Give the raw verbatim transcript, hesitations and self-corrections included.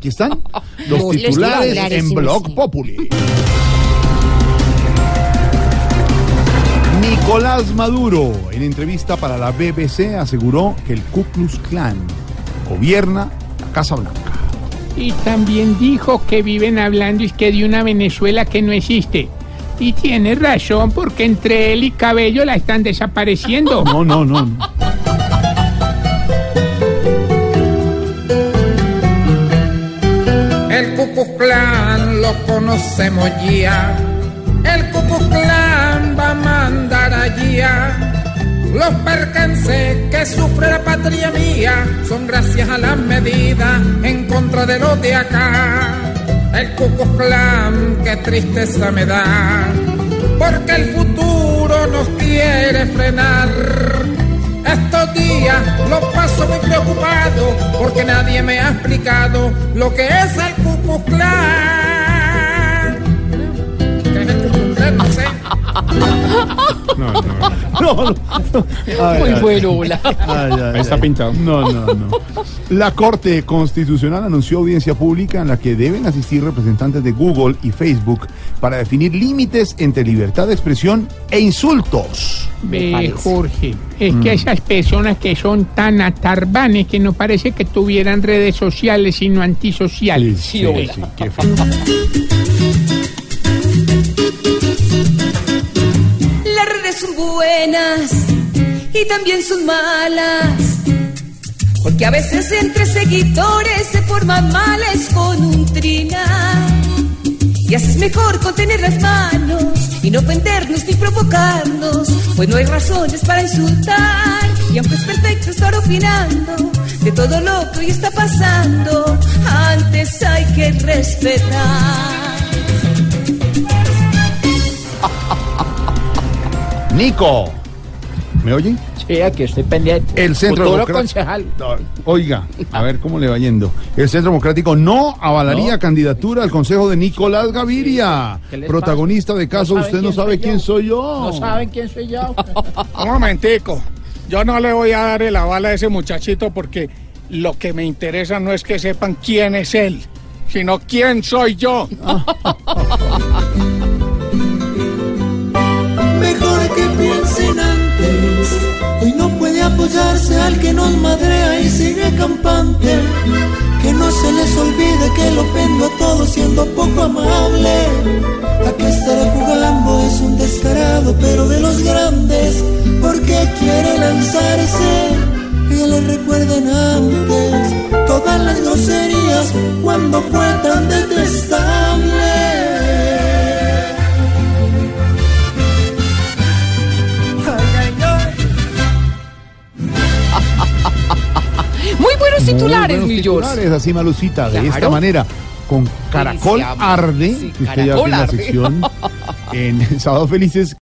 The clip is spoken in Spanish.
aquí están los Los titulares titulares, en sí, Blog sí. Populi. Nicolás Maduro, en entrevista para la B B C, aseguró que el Ku Klux Klan gobierna la Casa Blanca. Y también dijo que viven hablando es que de una Venezuela que no existe. Y tiene razón, porque entre él y Cabello la están desapareciendo. No, no, no. no. El Ku Klux Klan lo conocemos ya. El Ku Klux Klan va a mandar allá. Los percances que sufre la patria mía son gracias a las medidas en contra de los de acá. El Ku Klux Klan, qué tristeza me da, porque el futuro nos quiere frenar. Estos días los paso muy preocupado, porque nadie me ha explicado lo que es el Ku Klux Klan. ¿Qué es el Ku Klux Klan? No sé. No, no, no. no, no. Ay, Muy ay, bueno, hola. ay, ay, Está ay. pintado. No, no, no. La Corte Constitucional anunció audiencia pública en la que deben asistir representantes de Google y Facebook para definir límites entre libertad de expresión e insultos. Ve, Jorge, es que esas personas que son tan atarbanes que no parece que tuvieran redes sociales, sino antisociales. Sí, hola. sí, qué feo. Las redes son buenas y también son malas, porque a veces entre seguidores se forman males con un trina. Y así es mejor contener las manos y no ofendernos ni provocarnos, pues no hay razones para insultar. Y aunque es perfecto estar opinando de todo lo que hoy está pasando, antes hay que respetar. Nico, ¿me oye? Sí, aquí estoy pendiente. El Centro Futuro Democrático. concejal. No, oiga, a ver cómo le va yendo. El Centro Democrático no avalaría No. candidatura al Consejo de Nicolás Gaviria, ¿Qué les protagonista de caso. ¿No saben Usted no quién sabe soy quién yo? soy yo. ¿No saben quién soy yo? Un momentico, yo no le voy a dar el aval a ese muchachito porque lo que me interesa no es que sepan quién es él, sino quién soy yo. Mejor que piensen antes. Hoy no puede apoyarse al que nos madrea y sigue campante. Que no se les olvide que lo ofendo a todos siendo poco amable. ¿A qué estará jugando? Es un descarado, pero de los grandes. Porque quiere lanzarse. Que le recuerden antes todas las groserías cuando fue tan detestable. Muy buenos Muy titulares, buenos mi George. titulares, así Malucita, de esta Claro. manera, con Caracol Felicidades. Arde, Sí, que usted ya Caracol ve en la Arde. sección en Sábado Felices.